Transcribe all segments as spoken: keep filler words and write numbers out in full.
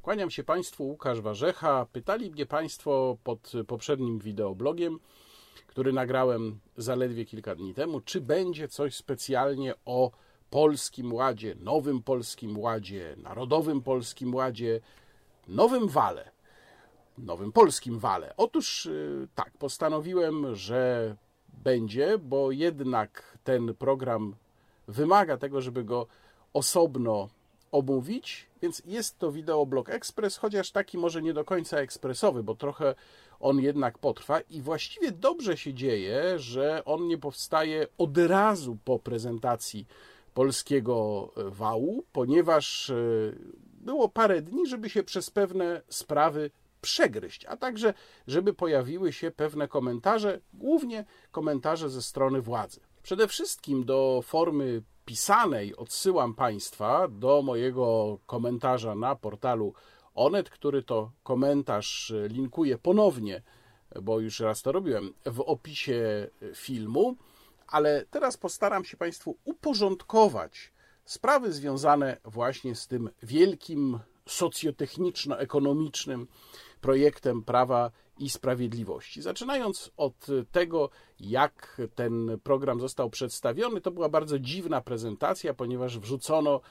Kłaniam się Państwu, Łukasz Warzecha. Pytali mnie Państwo pod poprzednim wideoblogiem, który nagrałem zaledwie kilka dni temu, czy będzie coś specjalnie o Polskim Ładzie, Nowym Polskim Ładzie, Narodowym Polskim Ładzie, Nowym Wale, Nowym Polskim Wale. Otóż tak, postanowiłem, że będzie, bo jednak ten program wymaga tego, żeby go osobno omówić, więc jest to wideoblog ekspres, chociaż taki może nie do końca ekspresowy, bo trochę on jednak potrwa i właściwie dobrze się dzieje, że on nie powstaje od razu po prezentacji Polskiego Wału, ponieważ było parę dni, żeby się przez pewne sprawy przegryźć, a także żeby pojawiły się pewne komentarze, głównie komentarze ze strony władzy. Przede wszystkim do formy pisanej odsyłam Państwa do mojego komentarza na portalu Onet, który to komentarz linkuję ponownie, bo już raz to robiłem, w opisie filmu, ale teraz postaram się Państwu uporządkować sprawy związane właśnie z tym wielkim socjotechniczno-ekonomicznym projektem Prawa i Sprawiedliwości. Zaczynając od tego, jak ten program został przedstawiony, to była bardzo dziwna prezentacja, ponieważ wrzucono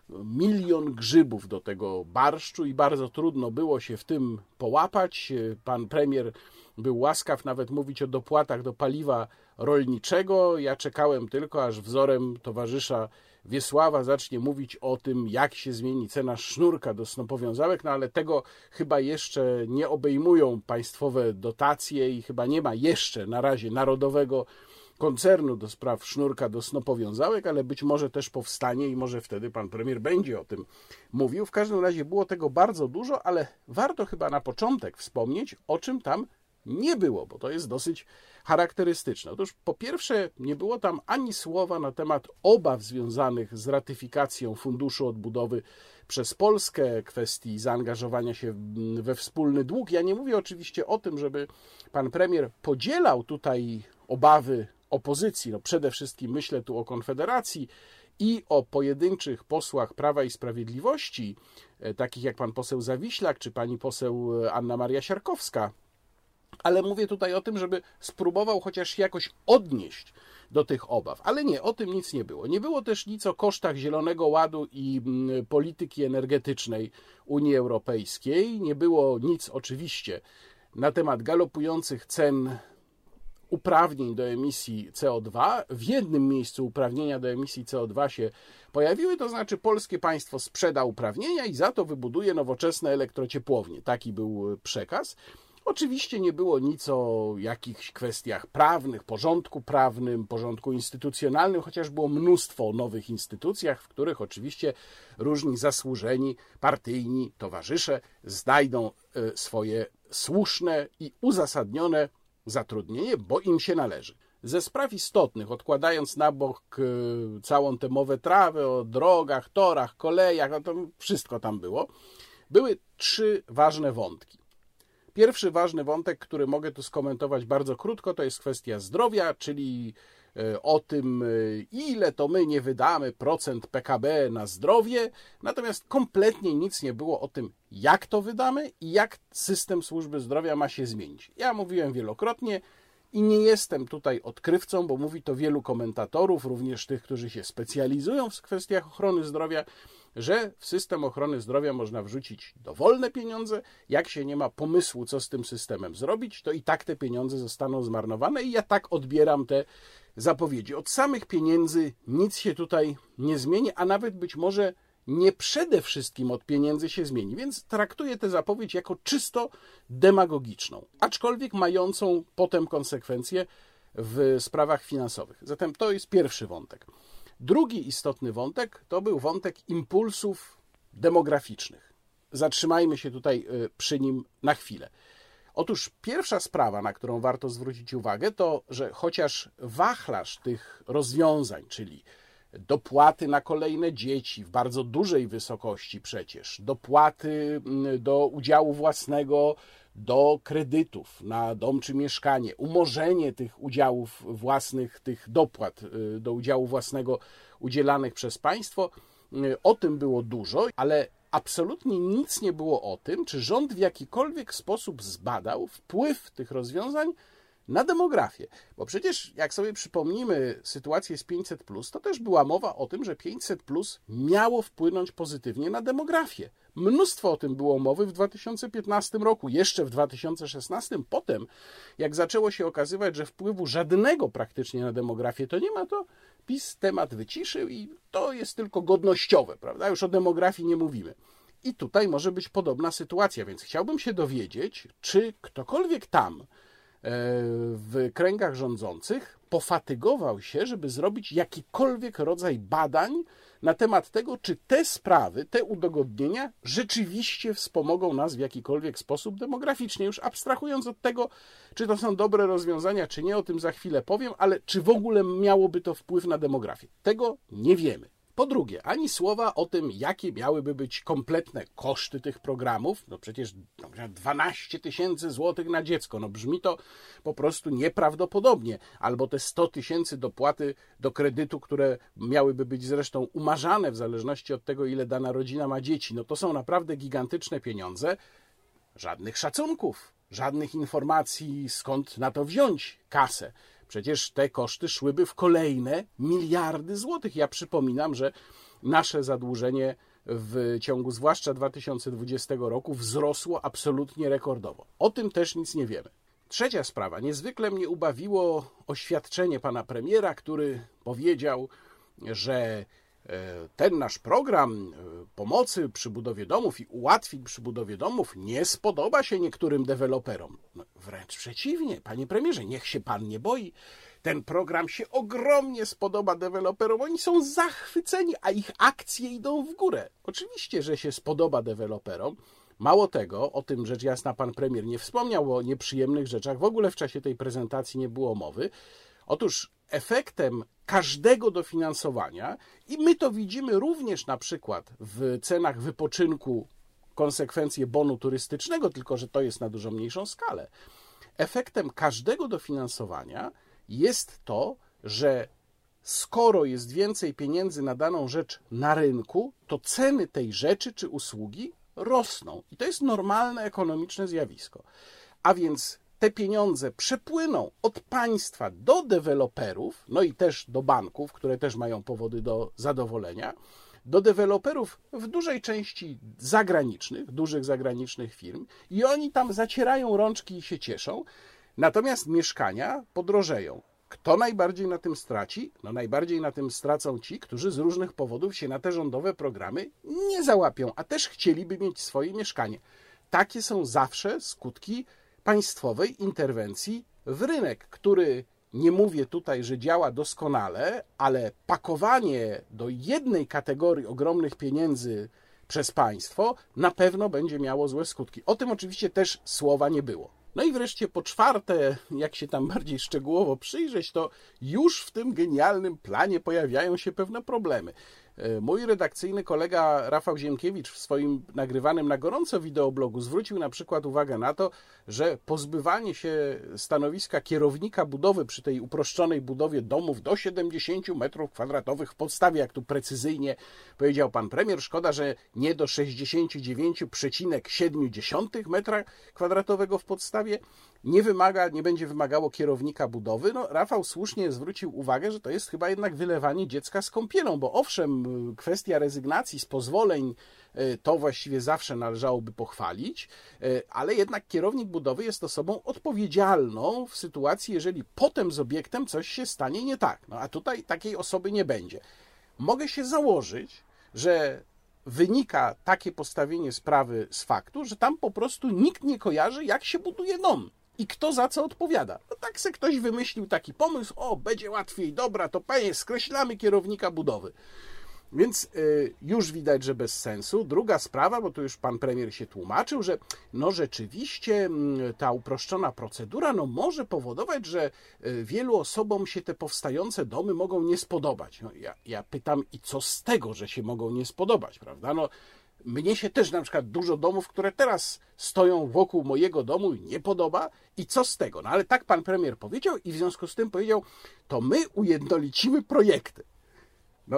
milion grzybów do tego barszczu i bardzo trudno było się w tym połapać. Pan premier był łaskaw nawet mówić o dopłatach do paliwa rolniczego. Ja czekałem tylko, aż wzorem towarzysza Wiesława zacznie mówić o tym, jak się zmieni cena sznurka do snopowiązałek, no ale tego chyba jeszcze nie obejmują państwowe dotacje i chyba nie ma jeszcze na razie narodowego koncernu do spraw sznurka do snopowiązałek, ale być może też powstanie i może wtedy pan premier będzie o tym mówił. W każdym razie było tego bardzo dużo, ale warto chyba na początek wspomnieć, o czym tam nie było, bo to jest dosyć charakterystyczne. Otóż po pierwsze nie było tam ani słowa na temat obaw związanych z ratyfikacją Funduszu Odbudowy przez Polskę, kwestii zaangażowania się we wspólny dług. Ja nie mówię oczywiście o tym, żeby pan premier podzielał tutaj obawy opozycji. No przede wszystkim myślę tu o Konfederacji i o pojedynczych posłach Prawa i Sprawiedliwości, takich jak pan poseł Zawiślak czy pani poseł Anna Maria Siarkowska. Ale mówię tutaj o tym, żeby spróbował chociaż się jakoś odnieść do tych obaw. Ale nie, o tym nic nie było. Nie było też nic o kosztach Zielonego Ładu i polityki energetycznej Unii Europejskiej. Nie było nic oczywiście na temat galopujących cen uprawnień do emisji C O dwa. W jednym miejscu uprawnienia do emisji C O dwa się pojawiły, to znaczy polskie państwo sprzeda uprawnienia i za to wybuduje nowoczesne elektrociepłownie. Taki był przekaz. Oczywiście nie było nic o jakichś kwestiach prawnych, porządku prawnym, porządku instytucjonalnym, chociaż było mnóstwo o nowych instytucjach, w których oczywiście różni zasłużeni, partyjni towarzysze znajdą swoje słuszne i uzasadnione zatrudnienie, bo im się należy. Ze spraw istotnych, odkładając na bok całą tę mowę trawy o drogach, torach, kolejach, no to wszystko tam było, były trzy ważne wątki. Pierwszy ważny wątek, który mogę tu skomentować bardzo krótko, to jest kwestia zdrowia, czyli o tym, ile to my nie wydamy procent P K B na zdrowie, natomiast kompletnie nic nie było o tym, jak to wydamy i jak system służby zdrowia ma się zmienić. Ja mówiłem wielokrotnie i nie jestem tutaj odkrywcą, bo mówi to wielu komentatorów, również tych, którzy się specjalizują w kwestiach ochrony zdrowia, że w system ochrony zdrowia można wrzucić dowolne pieniądze, jak się nie ma pomysłu, co z tym systemem zrobić, to i tak te pieniądze zostaną zmarnowane i ja tak odbieram te zapowiedzi. Od samych pieniędzy nic się tutaj nie zmieni, a nawet być może nie przede wszystkim od pieniędzy się zmieni, więc traktuję tę zapowiedź jako czysto demagogiczną, aczkolwiek mającą potem konsekwencje w sprawach finansowych. Zatem to jest pierwszy wątek. Drugi istotny wątek to był wątek impulsów demograficznych. Zatrzymajmy się tutaj przy nim na chwilę. Otóż pierwsza sprawa, na którą warto zwrócić uwagę, to, że chociaż wachlarz tych rozwiązań, czyli dopłaty na kolejne dzieci w bardzo dużej wysokości przecież, dopłaty do udziału własnego, do kredytów na dom czy mieszkanie, umorzenie tych udziałów własnych, tych dopłat do udziału własnego udzielanych przez państwo, o tym było dużo, ale absolutnie nic nie było o tym, czy rząd w jakikolwiek sposób zbadał wpływ tych rozwiązań na demografię. Bo przecież jak sobie przypomnimy sytuację z pięćset plus, to też była mowa o tym, że pięćset plus miało wpłynąć pozytywnie na demografię. Mnóstwo o tym było mowy w dwa tysiące piętnastym roku, jeszcze w dwa tysiące szesnastym. Potem, jak zaczęło się okazywać, że wpływu żadnego praktycznie na demografię to nie ma, to PiS temat wyciszył i to jest tylko godnościowe, prawda? Już o demografii nie mówimy. I tutaj może być podobna sytuacja, więc chciałbym się dowiedzieć, czy ktokolwiek tam w kręgach rządzących pofatygował się, żeby zrobić jakikolwiek rodzaj badań na temat tego, czy te sprawy, te udogodnienia rzeczywiście wspomogą nas w jakikolwiek sposób demograficznie. Już abstrahując od tego, czy to są dobre rozwiązania, czy nie, o tym za chwilę powiem, ale czy w ogóle miałoby to wpływ na demografię? Tego nie wiemy. Po drugie, ani słowa o tym, jakie miałyby być kompletne koszty tych programów. No przecież dwanaście tysięcy złotych na dziecko. No brzmi to po prostu nieprawdopodobnie. Albo te sto tysięcy dopłaty do kredytu, które miałyby być zresztą umarzane w zależności od tego, ile dana rodzina ma dzieci. No to są naprawdę gigantyczne pieniądze. Żadnych szacunków, żadnych informacji, skąd na to wziąć kasę. Przecież te koszty szłyby w kolejne miliardy złotych. Ja przypominam, że nasze zadłużenie w ciągu zwłaszcza dwa tysiące dwudziestego roku wzrosło absolutnie rekordowo. O tym też nic nie wiemy. Trzecia sprawa. Niezwykle mnie ubawiło oświadczenie pana premiera, który powiedział, że ten nasz program pomocy przy budowie domów i ułatwień przy budowie domów nie spodoba się niektórym deweloperom. No, wręcz przeciwnie, panie premierze, niech się pan nie boi. Ten program się ogromnie spodoba deweloperom. Oni są zachwyceni, a ich akcje idą w górę. Oczywiście, że się spodoba deweloperom. Mało tego, o tym rzecz jasna pan premier nie wspomniał, bo o nieprzyjemnych rzeczach w ogóle w czasie tej prezentacji nie było mowy. Otóż efektem każdego dofinansowania, i my to widzimy również na przykład w cenach wypoczynku, konsekwencje bonu turystycznego, tylko że to jest na dużo mniejszą skalę. Efektem każdego dofinansowania jest to, że skoro jest więcej pieniędzy na daną rzecz na rynku, to ceny tej rzeczy czy usługi rosną. I to jest normalne ekonomiczne zjawisko. A więc te pieniądze przepłyną od państwa do deweloperów, no i też do banków, które też mają powody do zadowolenia, do deweloperów w dużej części zagranicznych, dużych zagranicznych firm, i oni tam zacierają rączki i się cieszą, natomiast mieszkania podrożeją. Kto najbardziej na tym straci? No najbardziej na tym stracą ci, którzy z różnych powodów się na te rządowe programy nie załapią, a też chcieliby mieć swoje mieszkanie. Takie są zawsze skutki państwowej interwencji w rynek, który, nie mówię tutaj, że działa doskonale, ale pakowanie do jednej kategorii ogromnych pieniędzy przez państwo na pewno będzie miało złe skutki. O tym oczywiście też słowa nie było. No i wreszcie po czwarte, jak się tam bardziej szczegółowo przyjrzeć, to już w tym genialnym planie pojawiają się pewne problemy. Mój redakcyjny kolega Rafał Ziemkiewicz w swoim nagrywanym na gorąco wideoblogu zwrócił na przykład uwagę na to, że pozbywanie się stanowiska kierownika budowy przy tej uproszczonej budowie domów do siedemdziesięciu metrów kwadratowych w podstawie, jak tu precyzyjnie powiedział pan premier, szkoda, że nie do sześćdziesięciu dziewięciu przecinek siedem metra kwadratowego w podstawie, nie wymaga, nie będzie wymagało kierownika budowy. No, Rafał słusznie zwrócił uwagę, że to jest chyba jednak wylewanie dziecka z kąpielą, bo owszem, kwestia rezygnacji z pozwoleń to właściwie zawsze należałoby pochwalić, ale jednak kierownik budowy jest osobą odpowiedzialną w sytuacji, jeżeli potem z obiektem coś się stanie nie tak. No a tutaj takiej osoby nie będzie. Mogę się założyć, że wynika takie postawienie sprawy z faktu, że tam po prostu nikt nie kojarzy, jak się buduje dom i kto za co odpowiada. No tak se ktoś wymyślił taki pomysł, o, będzie łatwiej, dobra, to panie, skreślamy kierownika budowy. Więc y, już widać, że bez sensu. Druga sprawa, bo tu już pan premier się tłumaczył, że no rzeczywiście y, ta uproszczona procedura no może powodować, że y, wielu osobom się te powstające domy mogą nie spodobać. No, ja, ja pytam, i co z tego, że się mogą nie spodobać, prawda? No, mnie się też na przykład dużo domów, które teraz stoją wokół mojego domu, nie podoba i co z tego? No ale tak pan premier powiedział i w związku z tym powiedział, to my ujednolicimy projekty. No,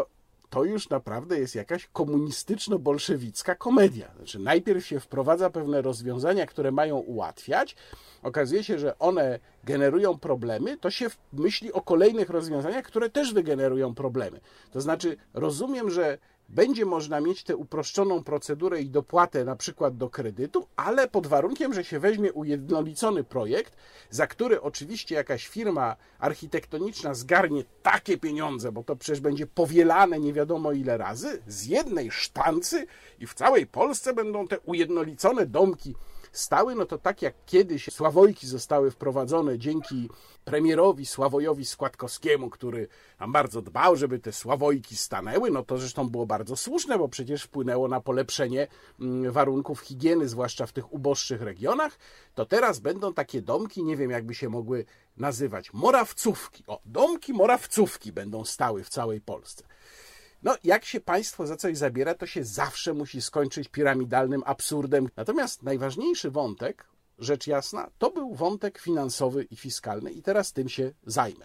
to już naprawdę jest jakaś komunistyczno-bolszewicka komedia. Znaczy, najpierw się wprowadza pewne rozwiązania, które mają ułatwiać. Okazuje się, że one generują problemy, to się myśli o kolejnych rozwiązaniach, które też wygenerują problemy. To znaczy, rozumiem, że będzie można mieć tę uproszczoną procedurę i dopłatę na przykład do kredytu, ale pod warunkiem, że się weźmie ujednolicony projekt, za który oczywiście jakaś firma architektoniczna zgarnie takie pieniądze, bo to przecież będzie powielane nie wiadomo ile razy, z jednej sztancy i w całej Polsce będą te ujednolicone domki stały, no to tak jak kiedyś Sławojki zostały wprowadzone dzięki premierowi Sławojowi Składkowskiemu, który tam bardzo dbał, żeby te Sławojki stanęły, no to zresztą było bardzo słuszne, bo przecież wpłynęło na polepszenie warunków higieny, zwłaszcza w tych uboższych regionach, to teraz będą takie domki, nie wiem jakby się mogły nazywać, morawcówki. O, domki morawcówki będą stały w całej Polsce. No, jak się państwo za coś zabiera, to się zawsze musi skończyć piramidalnym absurdem. Natomiast najważniejszy wątek, rzecz jasna, to był wątek finansowy i fiskalny i teraz tym się zajmę.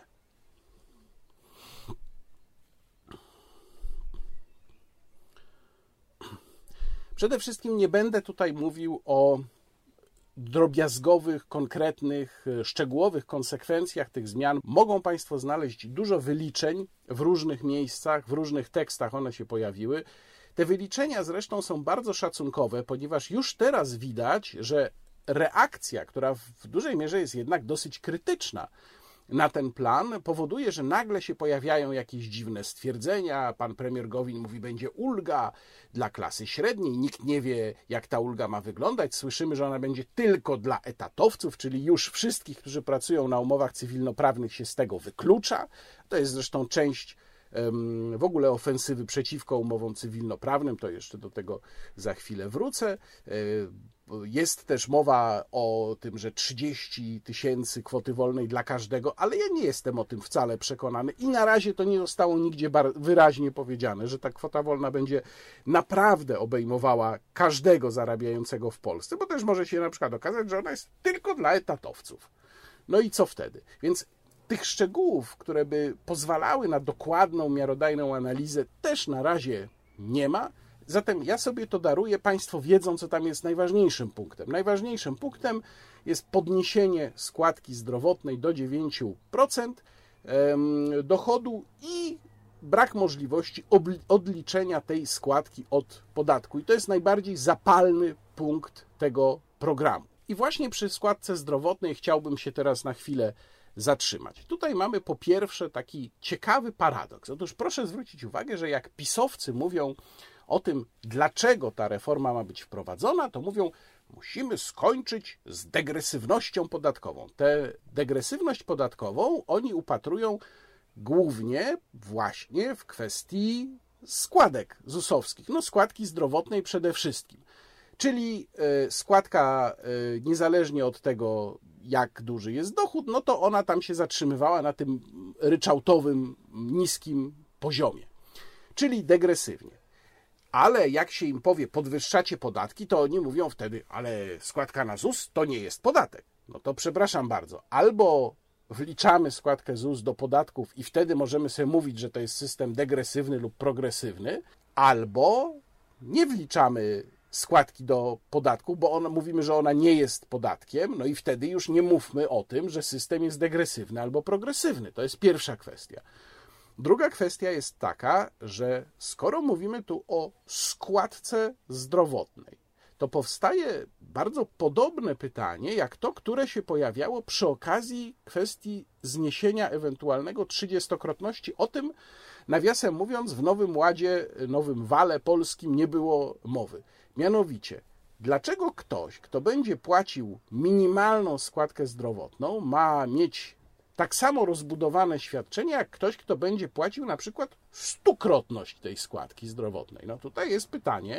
Przede wszystkim nie będę tutaj mówił o drobiazgowych, konkretnych, szczegółowych konsekwencjach tych zmian. Mogą państwo znaleźć dużo wyliczeń w różnych miejscach, w różnych tekstach one się pojawiły. Te wyliczenia zresztą są bardzo szacunkowe, ponieważ już teraz widać, że reakcja, która w dużej mierze jest jednak dosyć krytyczna na ten plan, powoduje, że nagle się pojawiają jakieś dziwne stwierdzenia. Pan premier Gowin mówi, będzie ulga dla klasy średniej. Nikt nie wie, jak ta ulga ma wyglądać. Słyszymy, że ona będzie tylko dla etatowców, czyli już wszystkich, którzy pracują na umowach cywilnoprawnych, się z tego wyklucza. To jest zresztą część w ogóle ofensywy przeciwko umowom cywilnoprawnym. To jeszcze do tego za chwilę wrócę. Jest też mowa o tym, że trzydzieści tysięcy kwoty wolnej dla każdego, ale ja nie jestem o tym wcale przekonany i na razie to nie zostało nigdzie wyraźnie powiedziane, że ta kwota wolna będzie naprawdę obejmowała każdego zarabiającego w Polsce, bo też może się na przykład okazać, że ona jest tylko dla etatowców. No i co wtedy? Więc tych szczegółów, które by pozwalały na dokładną, miarodajną analizę, też na razie nie ma. Zatem ja sobie to daruję, państwo wiedzą, co tam jest najważniejszym punktem. Najważniejszym punktem jest podniesienie składki zdrowotnej do dziewięć procent dochodu i brak możliwości odliczenia tej składki od podatku. I to jest najbardziej zapalny punkt tego programu. I właśnie przy składce zdrowotnej chciałbym się teraz na chwilę zatrzymać. Tutaj mamy po pierwsze taki ciekawy paradoks. Otóż proszę zwrócić uwagę, że jak pisowcy mówią o tym, dlaczego ta reforma ma być wprowadzona, to mówią, musimy skończyć z degresywnością podatkową. Tę degresywność podatkową oni upatrują głównie właśnie w kwestii składek zusowskich, no składki zdrowotnej przede wszystkim. Czyli składka niezależnie od tego, jak duży jest dochód, no to ona tam się zatrzymywała na tym ryczałtowym, niskim poziomie. Czyli degresywnie. Ale jak się im powie, podwyższacie podatki, to oni mówią wtedy, ale składka na ZUS to nie jest podatek. No to przepraszam bardzo, albo wliczamy składkę ZUS do podatków i wtedy możemy sobie mówić, że to jest system degresywny lub progresywny, albo nie wliczamy składki do podatku, bo ona, mówimy, że ona nie jest podatkiem, no i wtedy już nie mówmy o tym, że system jest degresywny albo progresywny. To jest pierwsza kwestia. Druga kwestia jest taka, że skoro mówimy tu o składce zdrowotnej, to powstaje bardzo podobne pytanie, jak to, które się pojawiało przy okazji kwestii zniesienia ewentualnego trzydziestokrotności. O tym, nawiasem mówiąc, w Nowym Ładzie, Nowym Wale Polskim nie było mowy. Mianowicie, dlaczego ktoś, kto będzie płacił minimalną składkę zdrowotną, ma mieć tak samo rozbudowane świadczenie, jak ktoś, kto będzie płacił na przykład stukrotność tej składki zdrowotnej? No tutaj jest pytanie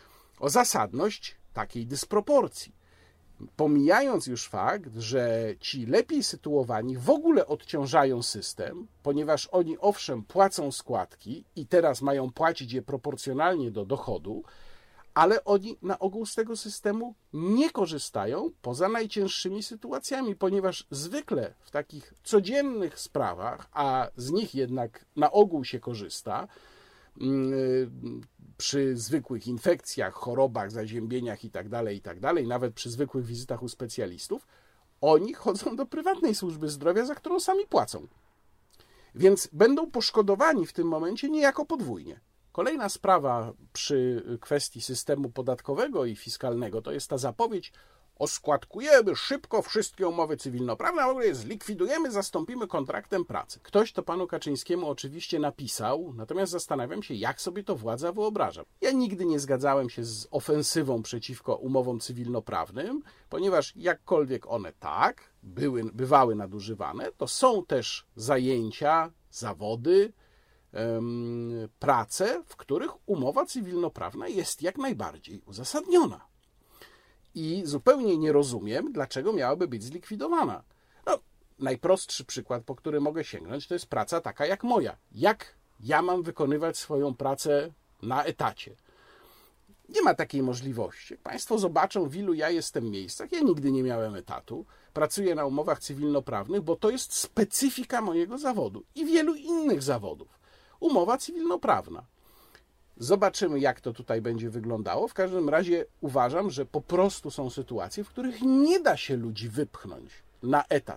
o zasadność takiej dysproporcji. Pomijając już fakt, że ci lepiej sytuowani w ogóle odciążają system, ponieważ oni owszem płacą składki i teraz mają płacić je proporcjonalnie do dochodu, ale oni na ogół z tego systemu nie korzystają poza najcięższymi sytuacjami, ponieważ zwykle w takich codziennych sprawach, a z nich jednak na ogół się korzysta, przy zwykłych infekcjach, chorobach, zaziębieniach itd., itd., nawet przy zwykłych wizytach u specjalistów, oni chodzą do prywatnej służby zdrowia, za którą sami płacą. Więc będą poszkodowani w tym momencie niejako podwójnie. Kolejna sprawa przy kwestii systemu podatkowego i fiskalnego to jest ta zapowiedź: oskładkujemy szybko wszystkie umowy cywilnoprawne, a w ogóle je zlikwidujemy, zastąpimy kontraktem pracy. Ktoś to panu Kaczyńskiemu oczywiście napisał, natomiast zastanawiam się, jak sobie to władza wyobraża. Ja nigdy nie zgadzałem się z ofensywą przeciwko umowom cywilnoprawnym, ponieważ jakkolwiek one tak były, bywały nadużywane, to są też zajęcia, zawody, um, prace, w których umowa cywilnoprawna jest jak najbardziej uzasadniona. I zupełnie nie rozumiem, dlaczego miałaby być zlikwidowana. No, najprostszy przykład, po który mogę sięgnąć, to jest praca taka jak moja. Jak ja mam wykonywać swoją pracę na etacie? Nie ma takiej możliwości. Jak państwo zobaczą, w ilu ja jestem miejscach, ja nigdy nie miałem etatu. Pracuję na umowach cywilnoprawnych, bo to jest specyfika mojego zawodu i wielu innych zawodów. Umowa cywilnoprawna. Zobaczymy, jak to tutaj będzie wyglądało. W każdym razie uważam, że po prostu są sytuacje, w których nie da się ludzi wypchnąć na etat.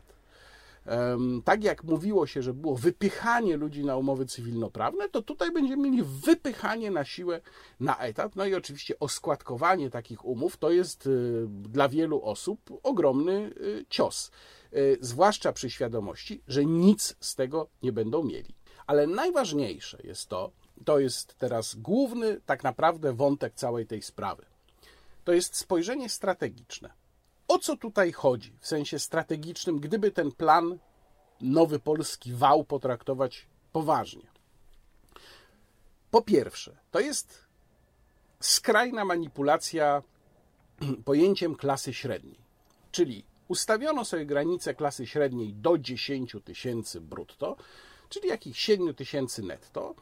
Tak jak mówiło się, że było wypychanie ludzi na umowy cywilnoprawne, to tutaj będziemy mieli wypychanie na siłę na etat. No i oczywiście oskładkowanie takich umów to jest dla wielu osób ogromny cios. Zwłaszcza przy świadomości, że nic z tego nie będą mieli. Ale najważniejsze jest to, to jest teraz główny tak naprawdę wątek całej tej sprawy. To jest spojrzenie strategiczne. O co tutaj chodzi w sensie strategicznym, gdyby ten plan Nowy Polski Wał potraktować poważnie? Po pierwsze, to jest skrajna manipulacja pojęciem klasy średniej. Czyli ustawiono sobie granicę klasy średniej do dziesięć tysięcy brutto, czyli jakichś siedem tysięcy netto,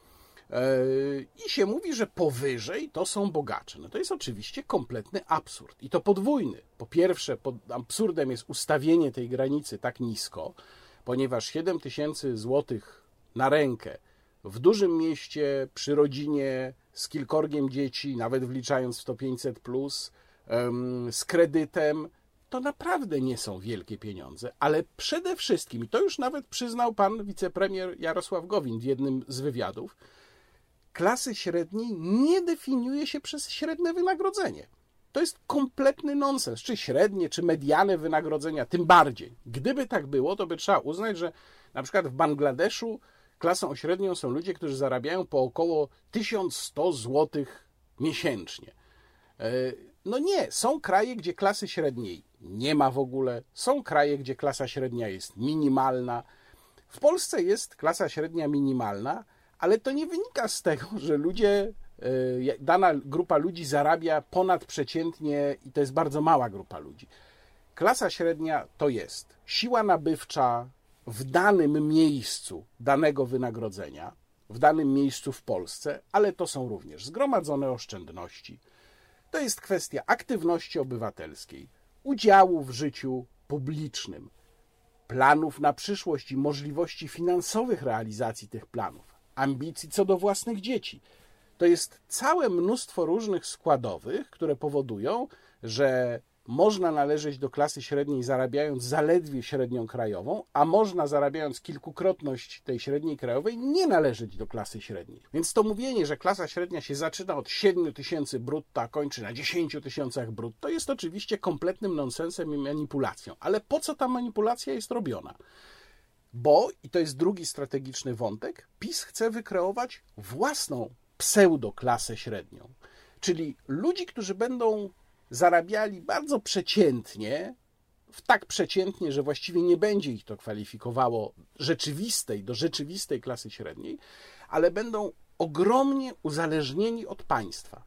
i się mówi, że powyżej to są bogacze. No to jest oczywiście kompletny absurd. I to podwójny. Po pierwsze, pod absurdem jest ustawienie tej granicy tak nisko, ponieważ siedem tysięcy złotych na rękę w dużym mieście, przy rodzinie, z kilkorgiem dzieci, nawet wliczając w to pięćset plus, z kredytem, to naprawdę nie są wielkie pieniądze, ale przede wszystkim, i to już nawet przyznał pan wicepremier Jarosław Gowin w jednym z wywiadów, klasy średniej nie definiuje się przez średnie wynagrodzenie. To jest kompletny nonsens. Czy średnie, czy mediane wynagrodzenia, tym bardziej. Gdyby tak było, to by trzeba uznać, że na przykład w Bangladeszu klasą średnią są ludzie, którzy zarabiają po około tysiąc sto złotych miesięcznie. No nie, są kraje, gdzie klasy średniej nie ma w ogóle. Są kraje, gdzie klasa średnia jest minimalna. W Polsce jest klasa średnia minimalna, ale to nie wynika z tego, że ludzie, dana grupa ludzi zarabia ponadprzeciętnie i to jest bardzo mała grupa ludzi. Klasa średnia to jest siła nabywcza w danym miejscu danego wynagrodzenia, w danym miejscu w Polsce, ale to są również zgromadzone oszczędności. To jest kwestia aktywności obywatelskiej, udziału w życiu publicznym, planów na przyszłość i możliwości finansowych realizacji tych planów, ambicji co do własnych dzieci. To jest całe mnóstwo różnych składowych, które powodują, że można należeć do klasy średniej zarabiając zaledwie średnią krajową, a można zarabiając kilkukrotność tej średniej krajowej nie należeć do klasy średniej. Więc to mówienie, że klasa średnia się zaczyna od siedmiu tysięcy brutto, a kończy na dziesięciu tysiącach brutto, jest oczywiście kompletnym nonsensem i manipulacją. Ale po co ta manipulacja jest robiona? Bo, i to jest drugi strategiczny wątek, PiS chce wykreować własną pseudoklasę średnią. Czyli ludzi, którzy będą zarabiali bardzo przeciętnie, tak przeciętnie, że właściwie nie będzie ich to kwalifikowało rzeczywistej, do rzeczywistej klasy średniej, ale będą ogromnie uzależnieni od państwa.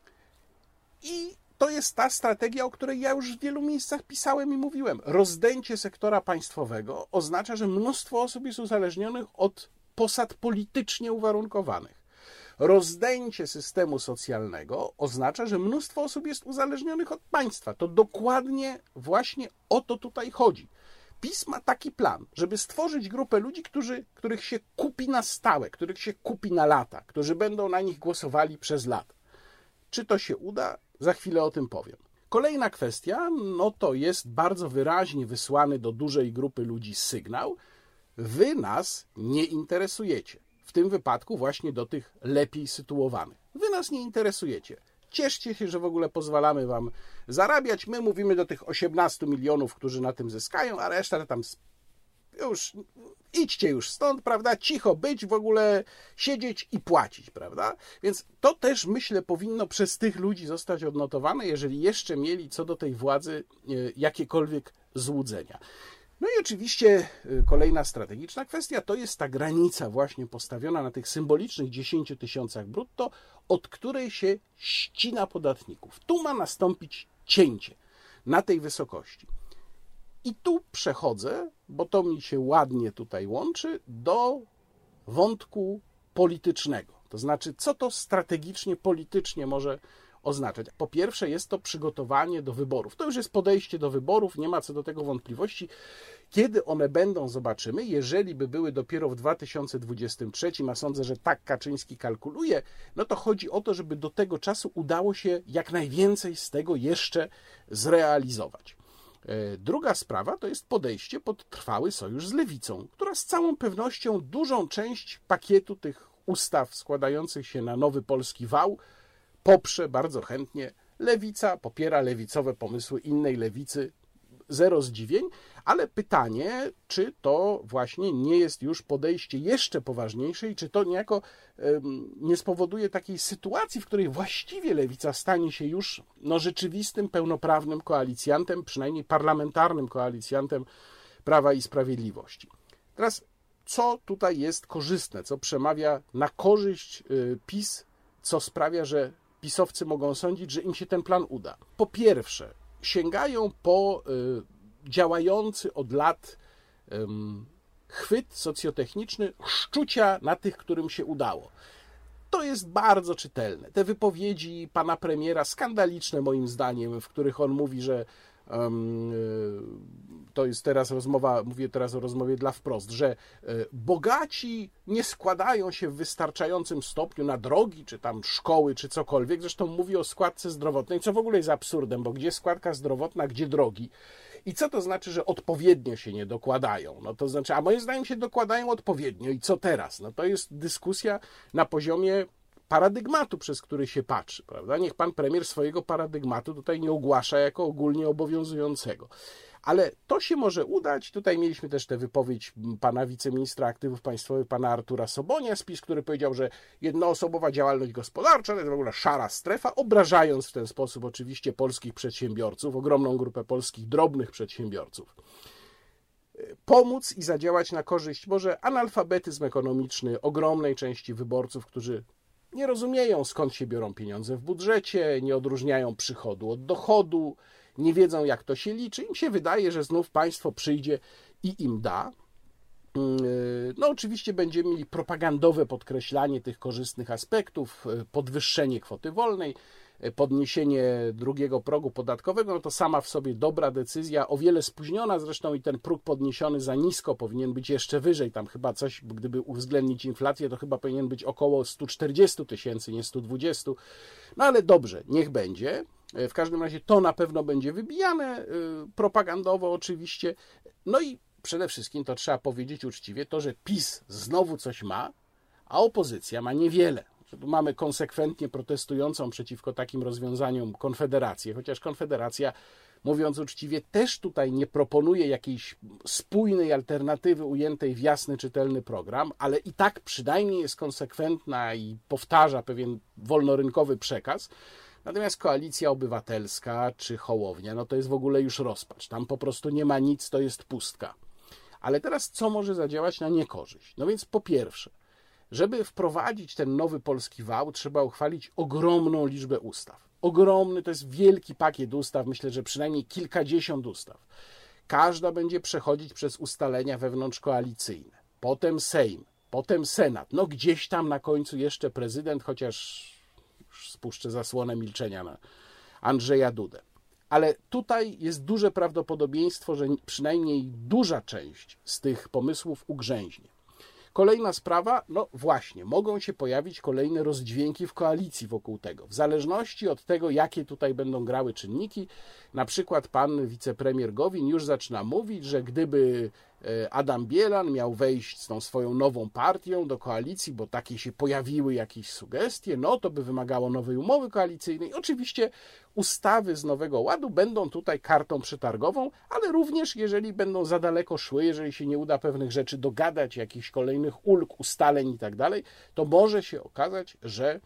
I to jest ta strategia, o której ja już w wielu miejscach pisałem i mówiłem. Rozdęcie sektora państwowego oznacza, że mnóstwo osób jest uzależnionych od posad politycznie uwarunkowanych. Rozdęcie systemu socjalnego oznacza, że mnóstwo osób jest uzależnionych od państwa. To dokładnie właśnie o to tutaj chodzi. PiS ma taki plan, żeby stworzyć grupę ludzi, którzy, których się kupi na stałe, których się kupi na lata, którzy będą na nich głosowali przez lata. Czy to się uda? Za chwilę o tym powiem. Kolejna kwestia, no to jest bardzo wyraźnie wysłany do dużej grupy ludzi sygnał: wy nas nie interesujecie. W tym wypadku właśnie do tych lepiej sytuowanych. Wy nas nie interesujecie. Cieszcie się, że w ogóle pozwalamy wam zarabiać. My mówimy do tych osiemnastu milionów, którzy na tym zyskają, a reszta tam już idźcie już stąd, prawda? Cicho być, w ogóle siedzieć i płacić, prawda? Więc to też, myślę, powinno przez tych ludzi zostać odnotowane, jeżeli jeszcze mieli co do tej władzy jakiekolwiek złudzenia. No i oczywiście kolejna strategiczna kwestia to jest ta granica właśnie postawiona na tych symbolicznych dziesięciu tysiącach brutto, od której się ścina podatników. Tu ma nastąpić cięcie na tej wysokości. I tu przechodzę, bo to mi się ładnie tutaj łączy, do wątku politycznego. To znaczy, co to strategicznie, politycznie może oznaczać. Po pierwsze, jest to przygotowanie do wyborów. To już jest podejście do wyborów, nie ma co do tego wątpliwości. Kiedy one będą, zobaczymy. Jeżeli by były dopiero w dwa tysiące dwudziestym trzecim, a sądzę, że tak Kaczyński kalkuluje, no to chodzi o to, żeby do tego czasu udało się jak najwięcej z tego jeszcze zrealizować. Druga sprawa to jest podejście pod trwały sojusz z Lewicą, która z całą pewnością dużą część pakietu tych ustaw składających się na nowy polski wał poprze bardzo chętnie. Lewica popiera lewicowe pomysły innej lewicy, zero zdziwień, ale pytanie, czy to właśnie nie jest już podejście jeszcze poważniejsze i czy to niejako um, nie spowoduje takiej sytuacji, w której właściwie lewica stanie się już no, rzeczywistym, pełnoprawnym koalicjantem, przynajmniej parlamentarnym koalicjantem Prawa i Sprawiedliwości. Teraz, co tutaj jest korzystne, co przemawia na korzyść y, PiS, co sprawia, że pisowcy mogą sądzić, że im się ten plan uda? Po pierwsze, sięgają po y, działający od lat y, chwyt socjotechniczny szczucia na tych, którym się udało. To jest bardzo czytelne. Te wypowiedzi pana premiera, skandaliczne moim zdaniem, w których on mówi, że um, y, to jest teraz rozmowa, mówię teraz o rozmowie dla wprost, że y, bogaci nie składają się w wystarczającym stopniu na drogi, czy tam szkoły, czy cokolwiek. Zresztą mówi o składce zdrowotnej, co w ogóle jest absurdem, bo gdzie składka zdrowotna, gdzie drogi? I co to znaczy, że odpowiednio się nie dokładają? No to znaczy, a moim zdaniem się dokładają odpowiednio. I co teraz? No to jest dyskusja na poziomie paradygmatu, przez który się patrzy, prawda? Niech pan premier swojego paradygmatu tutaj nie ogłasza jako ogólnie obowiązującego. Ale to się może udać. Tutaj mieliśmy też tę wypowiedź pana wiceministra aktywów państwowych, pana Artura Sobonia z PiS, który powiedział, że jednoosobowa działalność gospodarcza to jest w ogóle szara strefa, obrażając w ten sposób oczywiście polskich przedsiębiorców, ogromną grupę polskich drobnych przedsiębiorców. Pomóc i zadziałać na korzyść może analfabetyzm ekonomiczny ogromnej części wyborców, którzy nie rozumieją, skąd się biorą pieniądze w budżecie, nie odróżniają przychodu od dochodu, nie wiedzą, jak to się liczy. Im się wydaje, że znów państwo przyjdzie i im da. No oczywiście będziemy mieli propagandowe podkreślanie tych korzystnych aspektów, podwyższenie kwoty wolnej, podniesienie drugiego progu podatkowego, no to sama w sobie dobra decyzja, o wiele spóźniona zresztą i ten próg podniesiony za nisko powinien być jeszcze wyżej, tam chyba coś, gdyby uwzględnić inflację, to chyba powinien być około sto czterdzieści tysięcy, nie sto dwadzieścia. No ale dobrze, niech będzie. W każdym razie to na pewno będzie wybijane propagandowo oczywiście. No i przede wszystkim to trzeba powiedzieć uczciwie, to, że PiS znowu coś ma, a opozycja ma niewiele. Tu mamy konsekwentnie protestującą przeciwko takim rozwiązaniom Konfederację, chociaż Konfederacja, mówiąc uczciwie, też tutaj nie proponuje jakiejś spójnej alternatywy ujętej w jasny, czytelny program, ale i tak przynajmniej jest konsekwentna i powtarza pewien wolnorynkowy przekaz. Natomiast Koalicja Obywatelska czy Hołownia, no to jest w ogóle już rozpacz. Tam po prostu nie ma nic, to jest pustka. Ale teraz co może zadziałać na niekorzyść? No więc po pierwsze, żeby wprowadzić ten nowy polski wał, trzeba uchwalić ogromną liczbę ustaw. Ogromny, to jest wielki pakiet ustaw, myślę, że przynajmniej kilkadziesiąt ustaw. Każda będzie przechodzić przez ustalenia wewnątrzkoalicyjne, potem Sejm, potem Senat, no gdzieś tam na końcu jeszcze prezydent, chociaż już spuszczę zasłonę milczenia na Andrzeja Dudę. Ale tutaj jest duże prawdopodobieństwo, że przynajmniej duża część z tych pomysłów ugrzęźnie. Kolejna sprawa, no właśnie, mogą się pojawić kolejne rozdźwięki w koalicji wokół tego. W zależności od tego, jakie tutaj będą grały czynniki, na przykład pan wicepremier Gowin już zaczyna mówić, że gdyby Adam Bielan miał wejść z tą swoją nową partią do koalicji, bo takie się pojawiły jakieś sugestie, no to by wymagało nowej umowy koalicyjnej. Oczywiście ustawy z Nowego Ładu będą tutaj kartą przetargową, ale również jeżeli będą za daleko szły, jeżeli się nie uda pewnych rzeczy dogadać, jakichś kolejnych ulg, ustaleń i tak dalej, to może się okazać, że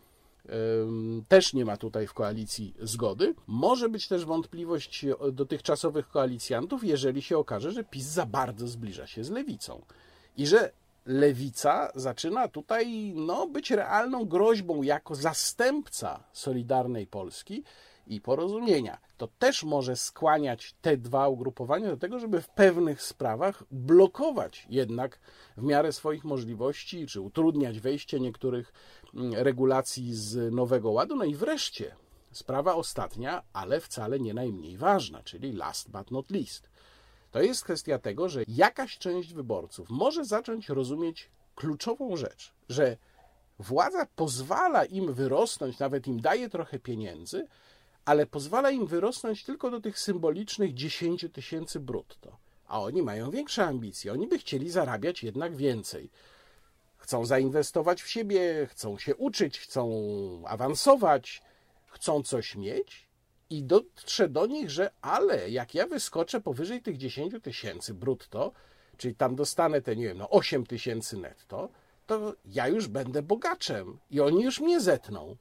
też nie ma tutaj w koalicji zgody. Może być też wątpliwość dotychczasowych koalicjantów, jeżeli się okaże, że PiS za bardzo zbliża się z lewicą i że lewica zaczyna tutaj no, być realną groźbą jako zastępca Solidarnej Polski i Porozumienia. To też może skłaniać te dwa ugrupowania do tego, żeby w pewnych sprawach blokować jednak w miarę swoich możliwości, czy utrudniać wejście niektórych regulacji z Nowego Ładu. No i wreszcie sprawa ostatnia, ale wcale nie najmniej ważna, czyli last but not least. To jest kwestia tego, że jakaś część wyborców może zacząć rozumieć kluczową rzecz, że władza pozwala im wyrosnąć, nawet im daje trochę pieniędzy, ale pozwala im wyrosnąć tylko do tych symbolicznych dziesięć tysięcy brutto. A oni mają większe ambicje, oni by chcieli zarabiać jednak więcej. Chcą zainwestować w siebie, chcą się uczyć, chcą awansować, chcą coś mieć i dotrze do nich, że ale jak ja wyskoczę powyżej tych dziesięć tysięcy brutto, czyli tam dostanę te, nie wiem, no osiem tysięcy netto, to ja już będę bogaczem i oni już mnie zetną.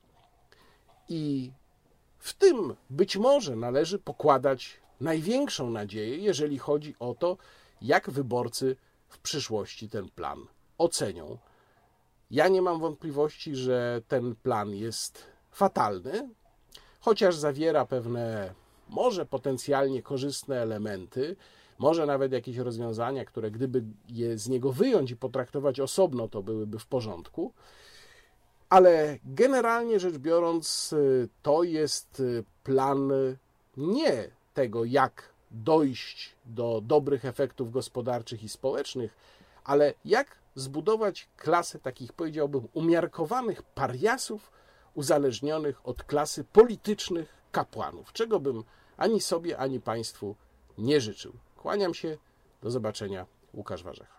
I w tym być może należy pokładać największą nadzieję, jeżeli chodzi o to, jak wyborcy w przyszłości ten plan ocenią. Ja nie mam wątpliwości, że ten plan jest fatalny, chociaż zawiera pewne może potencjalnie korzystne elementy, może nawet jakieś rozwiązania, które gdyby je z niego wyjąć i potraktować osobno, to byłyby w porządku. Ale generalnie rzecz biorąc, to jest plan nie tego, jak dojść do dobrych efektów gospodarczych i społecznych, ale jak zbudować klasę takich, powiedziałbym, umiarkowanych pariasów uzależnionych od klasy politycznych kapłanów, czego bym ani sobie, ani państwu nie życzył. Kłaniam się, do zobaczenia, Łukasz Warzecha.